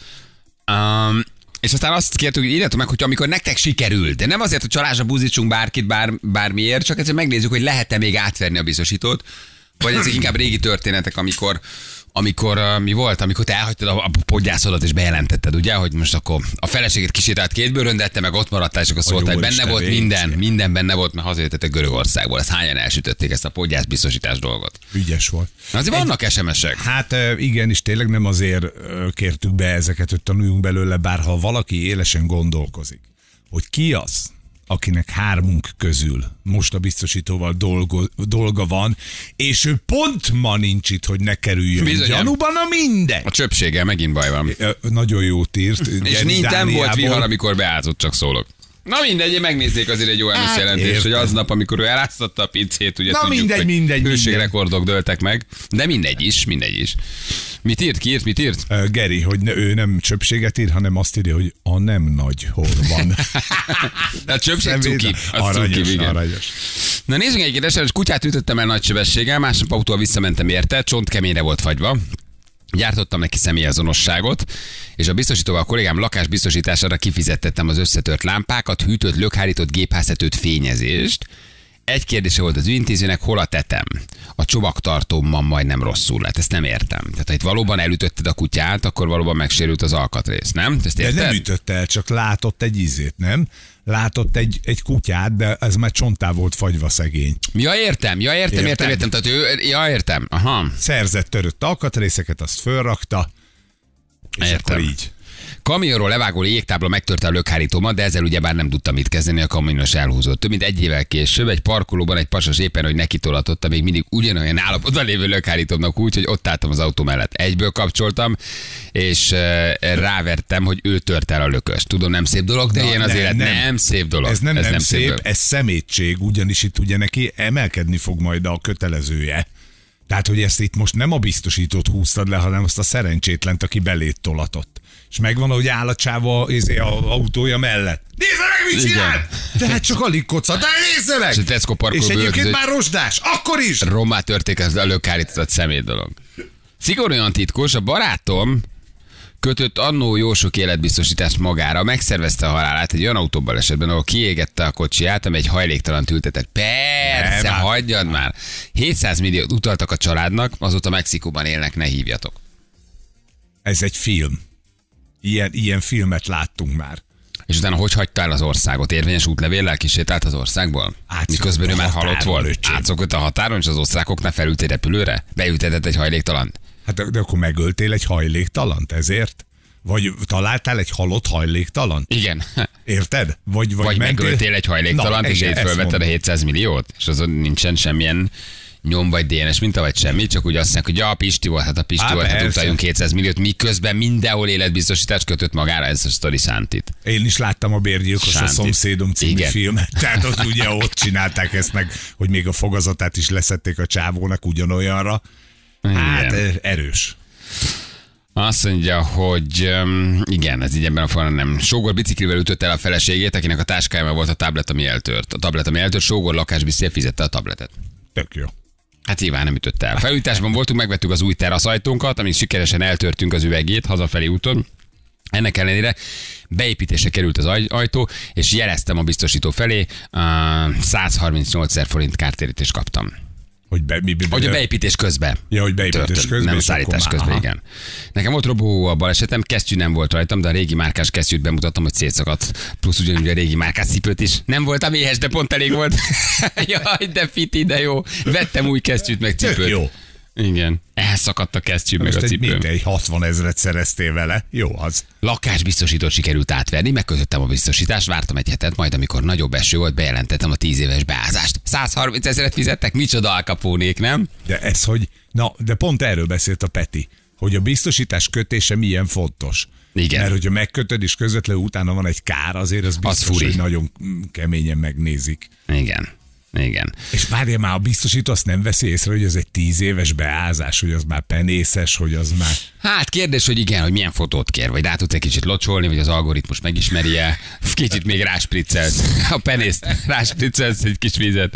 és aztán azt kértük, hogy írjátok meg, hogy amikor nektek sikerült, de nem azért, hogy csalásra búzítsunk bárkit, bármiért, csak ezért megnézzük, hogy lehet-e még átverni a biztosítót, vagy ezek inkább régi történetek, amikor mi volt, amikor te elhagytad a podgyászodat és bejelentetted, ugye, hogy most akkor a feleséget kísérlet két bőröndette, meg ott maradtál, és akkor szóltál, hogy benne volt minden benne volt, mert hazajöttetek Görögországból. Ezt hányan elsütötték ezt a podgyász biztosítás dolgot? Ügyes volt. Azért vannak SMS-ek. Hát igen, és tényleg nem azért kértük be ezeket, hogy tanuljunk belőle, bár ha valaki élesen gondolkozik, hogy ki az, akinek 3 közül most a biztosítóval dolga van, és ő pont ma nincs itt, hogy ne kerüljön gyanúban, a mindegy. A csöpséggel megint baj van. Nagyon jót írt. És nem volt vihar, amikor beázott, csak szólok. Na mindegy, megnézzék azért egy jó jelentést, hogy aznap, amikor ő eláztatta a pincét, ugye tudjuk, mindegy. hőségrekordok dőltek meg, de mindegy is. Mit írt? Geri, hogy ő nem csöpséget ír, hanem azt írja, hogy a nem nagy hol van. A csöpség cuki. Aranyos. Na nézzünk egy kérdést, kutyát ütöttem el nagy sebességgel, másnap autóval visszamentem érte, csontkeményre volt fagyva. Gyártottam neki személyazonosságot, és a biztosítóval a kollégám lakásbiztosítására kifizettettem az összetört lámpákat, hűtött, lökhárított, gépháztetőt, fényezést. Egy kérdése volt az ügyintézőnek, hol a tetem? A csomagtartómban majdnem rosszul lett, ezt nem értem. Tehát ha itt valóban elütötted a kutyát, akkor valóban megsérült az alkatrész, nem? Ezt érted? De nem ütött el, csak látott egy ízét, nem? Látott egy kutyát, de ez már csontá volt fagyva szegény. Ja, értem. Tehát ő, értem. Aha. Szerzett törött alkatrészeket, azt fölrakta, és értem. akkor így. Kamionról levágó jégtábla megtörte a lökhárítómat, de ezzel ugyebár nem tudtam mit kezdeni, a kamionos elhúzott. Több mint egy évvel később egy parkolóban egy pasas éppen, hogy neki tolatotta még mindig ugyanolyan állapotban lévő lökhárítómnak úgy, hogy ott álltam az autó mellett. Egyből kapcsoltam, és rávertem, hogy ő tört el a lököst. Tudom, nem szép dolog, de ilyen az élet. Nem szép dolog. Ez nem szép, ez szemétség, ugyanis itt ugye neki emelkedni fog majd a kötelezője. Tehát, hogy ezt itt most nem a biztosítót húztad le, hanem azt a szerencsétlent, aki belét tolatott. És megvan, hogy áll a csáva az autója mellett. Nézze meg, mit csinál! De hát csak alig kocat, de nézze meg! És egyébként már rozsdás, akkor is! Rommá törték az a lökhárított szemét dolog. Szigorúan titkos, a barátom kötött annó jó sok életbiztosítást magára, megszervezte a halálát egy olyan autóbalesetben, ahol kiégette a kocsiját, ami egy hajléktalant ültetett. Persze, hagyjad már. 700 milliót utaltak a családnak, azóta Mexikóban élnek, ne hívjatok. Ez egy film. Ilyen filmet láttunk már. És utána hogy hagyta el az országot? Érvényes útlevéllel kisétált az országból? Miközben ő már halott volt. Átszokott a határon, és az osztrákoknál felült egy repülőre? Beültetett egy hajléktalant? Hát de akkor megöltél egy hajléktalant ezért? Vagy találtál egy halott hajléktalant? Igen. Érted? Vagy megöltél egy hajléktalant, és így fölvetted a 700 milliót? És azon nincsen semmilyen nyom vagy DNS minta, vagy semmi, csak úgy azt mondják, hogy ja, Pisti volt, hát a Pisti volt, hát utaljunk 200 milliót, miközben mindenhol életbiztosítást kötött magára, ez a sztori Szántit. Én is láttam a Bérgyilkos a szomszédom című filmet, tehát ott ugye ott csinálták ezt meg, hogy még a fogazatát is leszették a csávónak ugyanolyanra. Hát erős. Azt mondja, hogy igen, ez így ebben a formában nem. Sógor biciklivel ütött el a feleségét, akinek a táskájában volt a tablet, ami eltört. A tablet, ami eltört, Sógor lakásbiztér fizette a tabletet. Tök jó. Hát nyilván nem ütött el. Felújításban voltunk, megvettük az új teraszajtónkat, amíg sikeresen eltörtünk az üvegét hazafelé úton. Ennek ellenére beépítésre került az ajtó, és jeleztem a biztosító felé, 138 000 forint kártérítést kaptam. Hogy a beépítés közben. Ja, hogy beépítés közben. Nem a szállítás közben, igen. Nekem ott robogó a balesetem, kesztyű nem volt rajtam, de a régi márkás kesztyűt bemutattam, hogy szétszakadt. Plusz ugyanúgy a régi márkás cipőt is. Nem voltam éhes, de pont elég volt. Jaj, de fiti, de jó. Vettem új kesztyűt, meg cipőt. Jó. Igen. Elszakadt a kesztyű, meg a cipő. Mindegy 60 000 szereztél vele. Jó az. Lakásbiztosítót sikerült átverni, megkötöttem a biztosítást, vártam egy hetet, majd amikor nagyobb eső volt, bejelentettem a 10 éves beázást. 130 000 fizettek, micsoda alkapónék, nem? De ez, hogy... Na, de pont erről beszélt a Peti, hogy a biztosítás kötése milyen fontos. Igen. Mert hogyha megkötöd, és közvetlenül utána van egy kár, azért az biztos, hogy nagyon keményen megnézik. Igen. És várja már, a biztosító azt nem veszi észre, hogy ez egy 10 éves beázás, hogy az már penészes, hogy az már... Hát kérdés, hogy igen, hogy milyen fotót kér, vagy rá tudsz egy kicsit locsolni, vagy az algoritmus megismeri-e, kicsit még ráspriccelsz, a penészt ráspriccelsz egy kis vizet.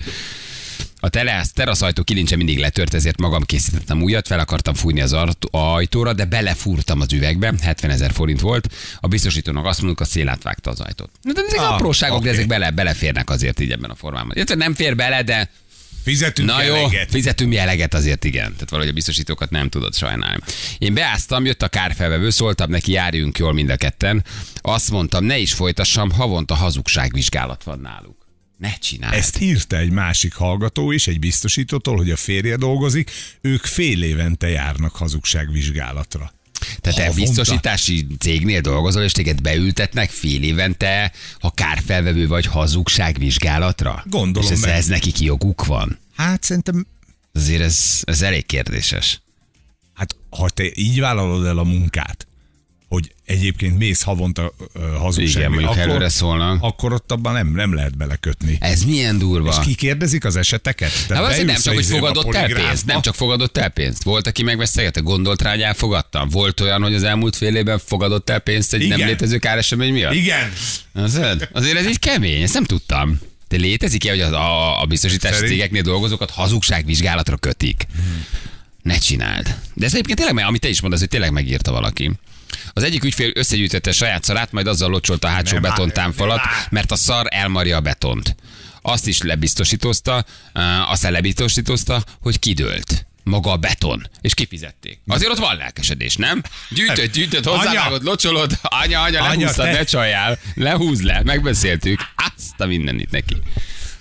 A teraszajtó kilincse mindig letört, ezért magam készítettem újat, fel akartam fújni az ajtóra, de belefúrtam az üvegbe, 70 000 forint volt. A biztosítónak azt mondjuk, a szél átvágta az ajtót. De ezek apróságok, okay. De ezek beleférnek azért így ebben a formában. Nem fér bele, de... Fizetünk eleget. Fizetünk mi eleget azért, igen. Tehát valahogy a biztosítókat nem tudod sajnálni. Én beáztam, jött a kárfelvevő, szóltam neki, járjunk jól mind a ketten. Azt mondtam, ne is folytassam, havonta hazugságvizsgálat van náluk. Ne csináld. Ezt írta egy másik hallgató is, egy biztosítótól, hogy a férje dolgozik, ők fél évente járnak hazugságvizsgálatra. Tehát te biztosítási cégnél dolgozol, és téged beültetnek fél évente, ha kárfelvevő vagy hazugságvizsgálatra? Gondolom. És ez nekik joguk van? Hát szerintem... Azért ez elég kérdéses. Hát ha te így vállalod el a munkát, hogy egyébként mész havonta hazugság. Igen, mondjuk előre szólnak. Akkor ott abban nem lehet belekötni. Ez milyen durva. És kikérdezik az eseteket? Hát azért nem csak, hogy fogadott el pénzt. Nem csak fogadott el pénzt. Volt, aki megvesztegette, gondolt rá, hogy elfogadtam. Volt olyan, hogy az elmúlt fél évben fogadott el pénzt egy nem létező káresemény miatt? Igen. Azért ez így kemény, ezt nem tudtam. De létezik-e, hogy a biztosítási cégeknél dolgozókat hazugságvizsgálatra kötik? Ne csináld. De ez egyébként tényleg, amit te is mondasz, hogy tényleg megírta valaki. Az egyik ügyfél összegyűjtette saját szarát, majd azzal locsolta a hátsó betontámfalat, mert a szar elmarja a betont. Azt is lebiztosítózta, hogy kidőlt maga a beton, és kifizették. Azért ott van lelkesedés, nem? Gyűjtött, hozzávágod, locsolod, anya, lehúztad, ne csaljál, lehúz le, megbeszéltük, azt a mindenit neki.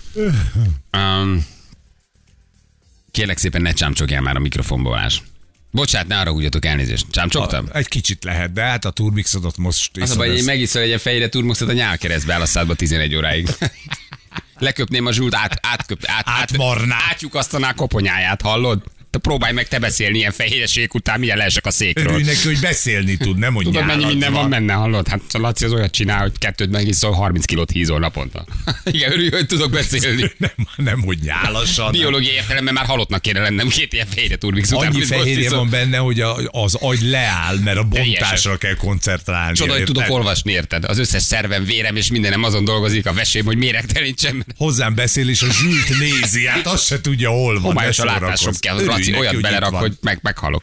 Kérlek szépen, ne csámcsogjál már a mikrofonba, Balázs. Bocsánat, ne arra húgyatok, elnézést. Csámcsogtam? Egy kicsit lehet, de hát a turmixodot most Az a baj, hogy én megiszol egy fejre turmixot a nyálkeresztbe áll 11 óráig. Leköpném a zsult, átlyukasztaná a koponyáját, hallod? Te próbálj meg te beszélni ilyen fehéreség után, milyen leesek a székről. Örülj neki, hogy beszélni tud, nem mondja. Tudod, mennyi minden van benne, hallod? Hát a Laci az olyat csinál, hogy 2 megiszol, 30 kilót hízol naponta. Igen, örülj, hogy tudok beszélni. Nem, hogy nyálasan. Biológiai értelemben már halottnak kéne lennem 2 ilyen fehérje turmix után. Annyi fehérje van benne, hogy az agy leáll, mert a bontásra kell koncentrálni. Csoda, hogy tudok olvasni, érted? Az összes szervem, vérem és mindenem azon dolgozik, a vesém, hogy méregtelenítsen. Hozzám beszél, és a zsült nézi, hát azt se tudja, hol van. Homályos a látásom kell, Laci olyat belerak, hogy meghalok.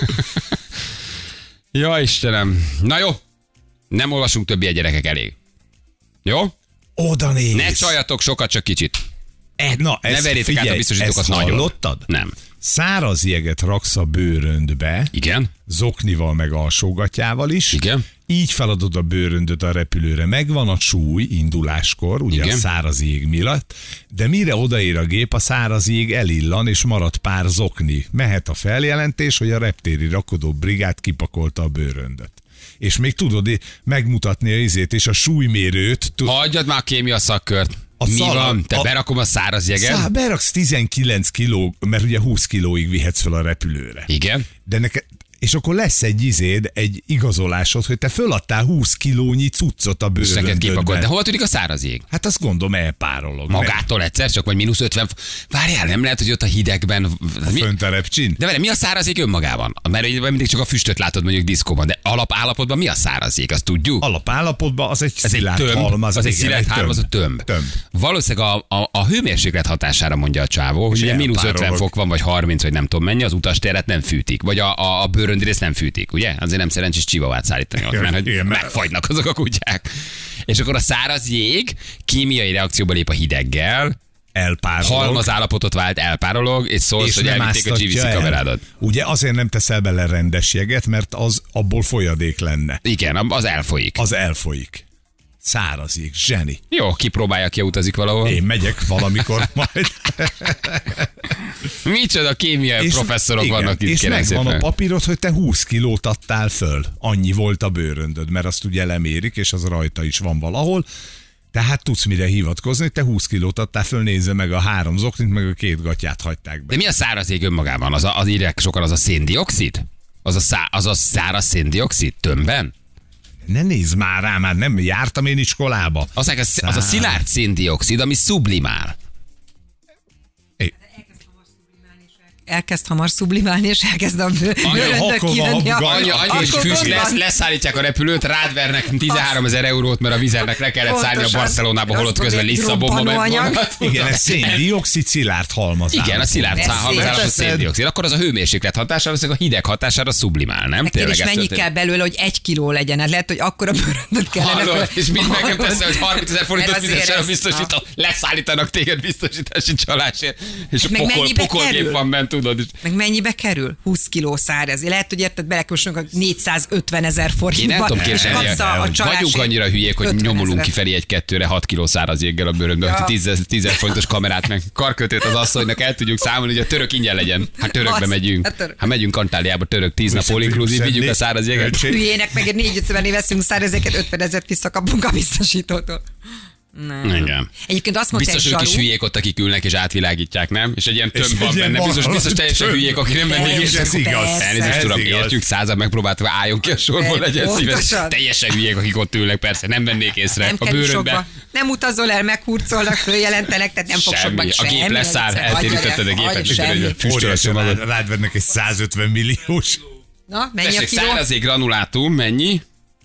Ja, Istenem. Na jó, nem olvasunk többi, a gyerekek, elég. Jó? Oda néz. Ne csaljatok sokat, csak kicsit. Na, Ne verjétek át a biztosítókat nagyon. Hallottad? Nem. Száraz jeget raksz a bőröndbe. Igen. Zoknival meg alsógatjával is. Igen. Így feladod a bőröndöt a repülőre. Megvan a súly induláskor, ugye igen. A száraz jég miatt, de mire odaér a gép, a száraz jég elillan, és marad pár zokni. Mehet a feljelentés, hogy a reptéri rakodó brigád kipakolta a bőröndöt. És még tudod megmutatni a izét és a súlymérőt. Hagyjad már a kémia szakkört. Mi van? Te berakom a száraz jeget? Beraksz 19 kiló, mert ugye 20 kilóig vihetsz fel a repülőre. Igen. De és akkor lesz egy izéd, egy igazolásod, hogy te föladtál 20 kilónyi cuccot a bőröndödben. De hol tűnik a száraz jég? Hát azt gondolom elpárolog. Magától egyszer, csak vagy mínusz 50. Várjál, nem lehet, hogy ott a hidegben... Fönt a repcsin? De vele, mi a száraz jég önmagában? Mert mindig csak a füstöt látod mondjuk diszkóban, de alapállapotban mi a száraz jég? Azt tudjuk? Alapállapotban az egy szilárd tömb, halmaz. Az egy szilárd halmaz, a tömb. Valószínűleg a hőmérséklet hatására mondja a csávó, hogy ugye mínusz 50 fok van, vagy 30, vagy nem tudom mennyi, az utastéret nem fűtik. Vagy a bőröndrészt nem fűtik, ugye? Azért nem szerencsés csivavát szállítani ott, mert hogy megfagynak azok a kutyák. És akkor a száraz jég kémiai reakcióba lép a hideggel, elpárolog. Halmaz állapotot vált, elpárolog, és szólsz, hogy elvitték a GVC kamerádat. Ugye azért nem teszel bele rendes jeget, mert az abból folyadék lenne. Igen, az elfolyik. Az elfolyik. Száraz jég, zseni. Jó, kipróbálja, ki utazik valahol. Én megyek valamikor majd. Micsoda kémiai professzorok igen, vannak itt, és kérem megvan szépen. a papírod, hogy te 20 kilót adtál föl. Annyi volt a bőröndöd, mert azt ugye lemérik, és az rajta is van valahol. Tehát tudsz mire hivatkozni, hogy te 20 kilót adtál föl, nézze meg a 3 zoknit, meg a 2 gatyát hagyták be. De mi a száraz jég önmagában? Az írják sokan, az a széndioxid? Az a száraz széndioxid tömbben? Ne nézz már rá, már nem jártam én iskolába. Az a szilárd széndioxid, ami sublimál. Elkezd hamar sublimálni, és elkezd a bőröndök kijönni. Annyi is füst lesz, leszállítják a repülőt, rád vernek 13 000 eurót, mert a vizernek le kellett szállni a Barcelonába, holott közben Lisszabonba ment volna. Igen, ez széndioxid szilárd halmazállat. Igen, a szilárd halmazállat a széndioxid. Akkor az a hőmérséklet hatására, a hideg hatására sublimál, nem? Neked is mennyi kell belőle, hogy 1 kiló legyen? Hát lehet, hogy akkor a bőröndöt kellene. És mit nekem teszel, hogy 30 000 forintot fizessen a biztosító, leszállítanak téged biztosítási csalásért, és a pokolgép van bent, tudod. Meg mennyibe kerül? 20 kiló száraz. Lehet, hogy érted, belekössünk a 450 000 forintba. Én nem tudom képzelni, vagyunk annyira hülyék, hogy nyomulunk kifelé 1-2-re 6 kiló száraz jéggel a bőröndbe, hogy 10 fontos kamerát meg karkötőt az asszonynak el tudjuk számolni, hogy a török ingyen legyen. Hát törökbe megyünk. Hát megyünk Antáliába, török 10 nap all inclusive, vigyük a száraz jéget. Hülyének meg 4-50 év veszünk száraz jéget, 50 000 visszakapunk a biztosítótól. Nem. Igen. Egyébként azt mondta, biztos ők is hülyék ott, akik ülnek és átvilágítják, nem? És egy ilyen tömb van benne. Biztos teljesen hülyék, akik nem mennek is. Ez igaz. Elnézést, uram, értjük, 100 megpróbáltuk, álljon ki a sorból, legyen szíves. Teljesen hülyék, akik ott ülnek, persze, nem vennék észre. Nem a bőrödbe. Nem utazol el, meghurcolnak, följelentenek, tehát nem fog sokban semmi. A gép leszáll, eltérítetted a gépet, füstölösen magad. Rád vennek egy 150 milliós. Na, mennyi a kiló? Szárazék granulátum, mennyi?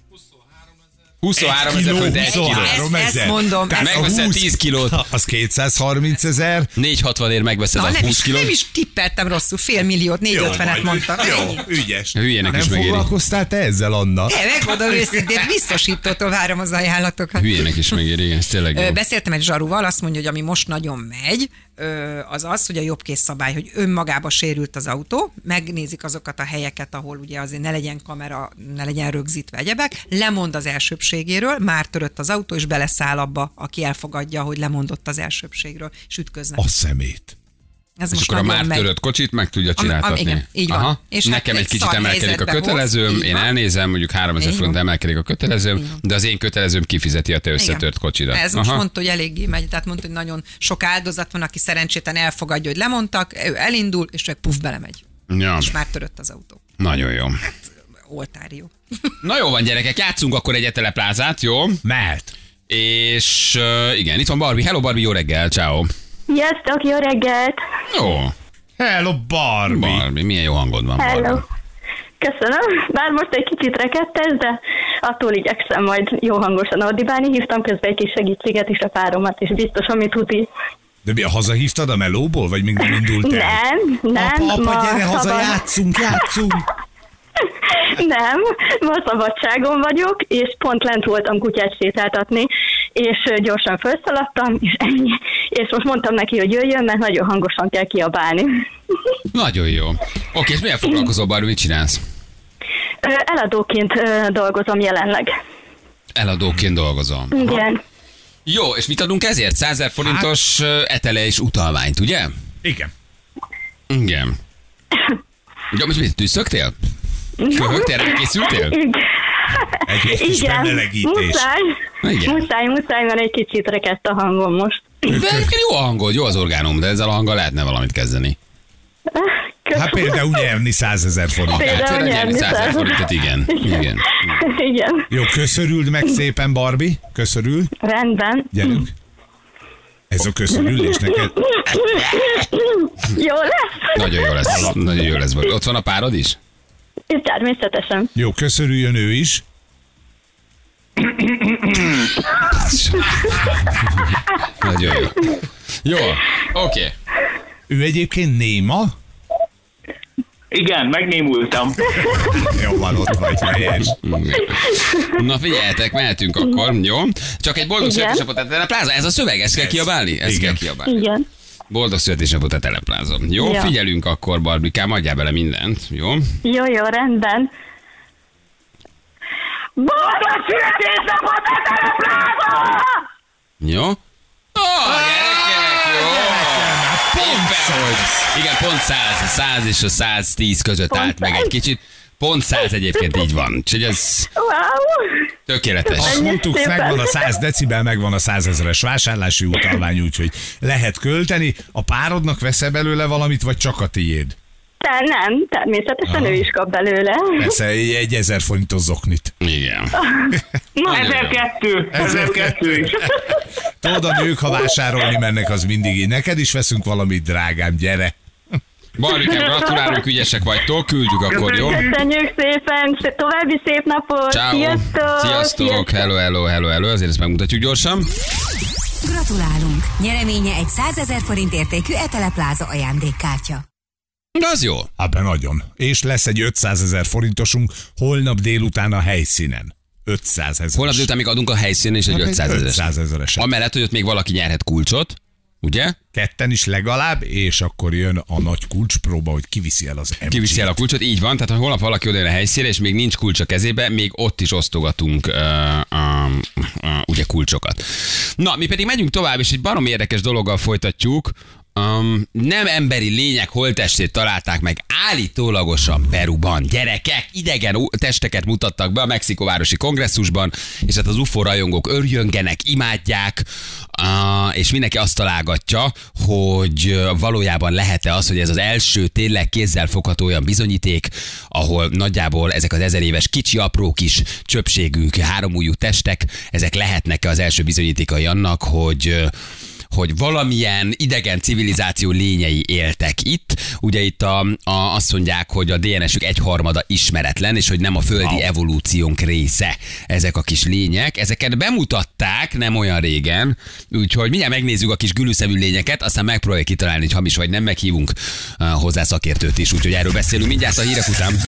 23 000 forint, 1 kiló. Ezt mondom. Megveszed 10 kilót. Az 230 000. 460-ért megveszed a 20 kilót. Nem is tippeltem rosszul, 500 000, 450-et mondtam. Jó, ügyes. Hülyének is megéri. Nem foglalkoztál te ezzel, Anna? De megmondom őszintén, biztosítótól várom az ajánlatokat. Hülyének is megéri, igen, ez tényleg jó. Beszéltem egy zsaruval, azt mondja, hogy ami most nagyon megy, az, hogy a jobbkész szabály, hogy önmagába sérült az autó, megnézik azokat a helyeket, ahol ugye azért ne legyen kamera, ne legyen rögzítve egyebek, lemond az elsőbbségéről, már törött az autó, és beleszáll abba, aki elfogadja, hogy lemondott az elsőbbségről, és ütköznek. A szemét. Ez És most akkor a nagyon már megy. törött kocsit meg tudja csináltatni. Igen, így van. És Nekem hát egy kicsit szar emelkedik a helyzetbe hoz. kötelezőm, Így én van. elnézem, mondjuk 3000 Így forint van. emelkedik a kötelezőm, de az én kötelezőm kifizeti a te összetört kocsidat. Ez most mondta, hogy eléggé megy, tehát mondta, hogy nagyon sok áldozat van, aki szerencsétlen elfogadja, hogy lemondtak, ő elindul, és csak puf, belemegy. Ja, És már törött az autó. nagyon jó. Oltári jó. Na jó van, gyerekek, játszunk akkor egy eteleplázát, jó? Mehet. És igen, itt van Barbie. Hello Barbie, jó reggel, ciao. Sziasztok, jó reggelt! Jó, Hello, Barbie. Barbie, milyen jó hangod van, Hello! Barbie. Köszönöm, bár most egy kicsit rekedtes, de attól igyekszem majd jó hangosan ordibálni. Hívtam közben egy kis segítséget is a páromat, és biztos, ami tuti. De mi, hazahívtad a melóból, vagy még nem indult el? Nem, Apa, ma gyere haza, szabad- játszunk. Nem, ma szabadságon vagyok, és pont lent voltam kutyát sétáltatni, és gyorsan felszaladtam, és ennyi. És most mondtam neki, hogy jöjjön, mert nagyon hangosan kell kiabálni. Nagyon jó. Oké, és milyen foglalkozol, Barbie, mit csinálsz? Eladóként dolgozom jelenleg. Eladóként dolgozom. Igen. Jó, és mit adunk ezért? 100 000 forintos etele és utalványt, ugye? Igen. Igen. Ugye, most mit tűzszögtél? Köhögtél, erre készültél? Egy kis bemelegítés. Igen. Muszáj, mert egy kicsit rekedt a hangom most. De egyébként jó a hangod, jó az orgánum, de ezzel a hanggal lehetne valamit kezdeni. Hát például nyerni 100 000 forint. Például Hát tényleg nyerni 100 000 forintot, igen. Igen. Igen, Jó, köszörüld meg szépen, Barbie. Köszörül. rendben. Gyerünk. Ez a köszörülés neked. Jó lesz? Nagyon jó lesz. Nagyon jó lesz. Barbie. Ott van a párod is? És természetesen. Jó, köszörüljön ő is. Nagyon jó. Jó, oké. Ő egyébként néma. Igen, megnémultam. Jó van, ott vagy, helyes. Na figyeljetek, mehetünk akkor, jó? Csak egy boldog Igen. születésnapot a Telepláza, ez a szöveg, ezt kell kiabálni? Ezt Igen. kell kiabálni. Igen. Boldog születésnapot a Telepláza. Jó, Ja. figyelünk akkor, Barbikám, adjál bele mindent, jó? Jó, rendben. Boldog születésnapot a Telepláza! Jó? Gyerekek, jó! Éppen, hogy igen, pont 100 és a 110 között Pont állt meg 100. egy kicsit. Pont 100 egyébként így van. Úgyhogy ez Wow! tökéletes. Azt Ennyi mondtuk, szépen. megvan a 100 decibel, megvan a 100 000-es vásárlási utalvány, úgyhogy lehet költeni. A párodnak veszel belőle valamit, vagy csak a tiéd? Nem, természetesen ő is kap belőle. Persze, egy 1000 forintos zoknit. Igen. Na, Nagyon jó. 1002 is. Tudod, a nők, ha vásárolni mennek, az mindig így. Neked is veszünk valamit, drágám, gyere. Barbikám, gratulálunk, ügyesek vagytok, küldjük akkor, jó? köszönjük szépen, további szép napot! Ciao. Sziasztok! Sziasztok, hello, azért ezt megmutatjuk gyorsan. Gratulálunk! Nyereménye egy 100 000 forint értékű Etelepláza ajándékkártya. De az jó. Hát nagyon. És lesz egy 500 000 forintosunk holnap délután a helyszínen. 500 000. Holnap délután még adunk a helyszínen és egy 500 000-es. 500 000-es. Amellett, hogy ott még valaki nyerhet kulcsot, ugye? Ketten is legalább, és akkor jön a nagy kulcspróba, hogy kiviszi el az MG-t. Kiviszi el a kulcsot, így van, tehát ha holnap valaki oda jön a helyszínre, és még nincs kulcs a kezébe, még ott is osztogatunk ugye kulcsokat. Na, mi pedig megyünk tovább, és egy barom érdekes dologgal folytatjuk. Nem emberi lények holttestét találták meg állítólagosan Peruban. Gyerekek, idegen testeket mutattak be a Mexikóvárosi kongresszusban, és hát az UFO rajongók örjöngenek, imádják, és mindenki azt találgatja, hogy valójában lehet-e az, hogy ez az első tényleg kézzel fogható olyan bizonyíték, ahol nagyjából ezek az 1000 éves kicsi, apró kis csöpségű, háromujjú testek, ezek lehetnek-e az első bizonyítékai annak, hogy valamilyen idegen civilizáció lényei éltek itt. Ugye itt azt mondják, hogy a DNS-ük 1/3 ismeretlen, és hogy nem a földi evolúciónk része ezek a kis lények. Ezeket bemutatták nem olyan régen, úgyhogy mindjárt megnézzük a kis gülüszemű lényeket, aztán megpróbáljuk kitalálni, hogy hamis vagy nem, meghívunk hozzá szakértőt is, úgyhogy erről beszélünk mindjárt a hírek után.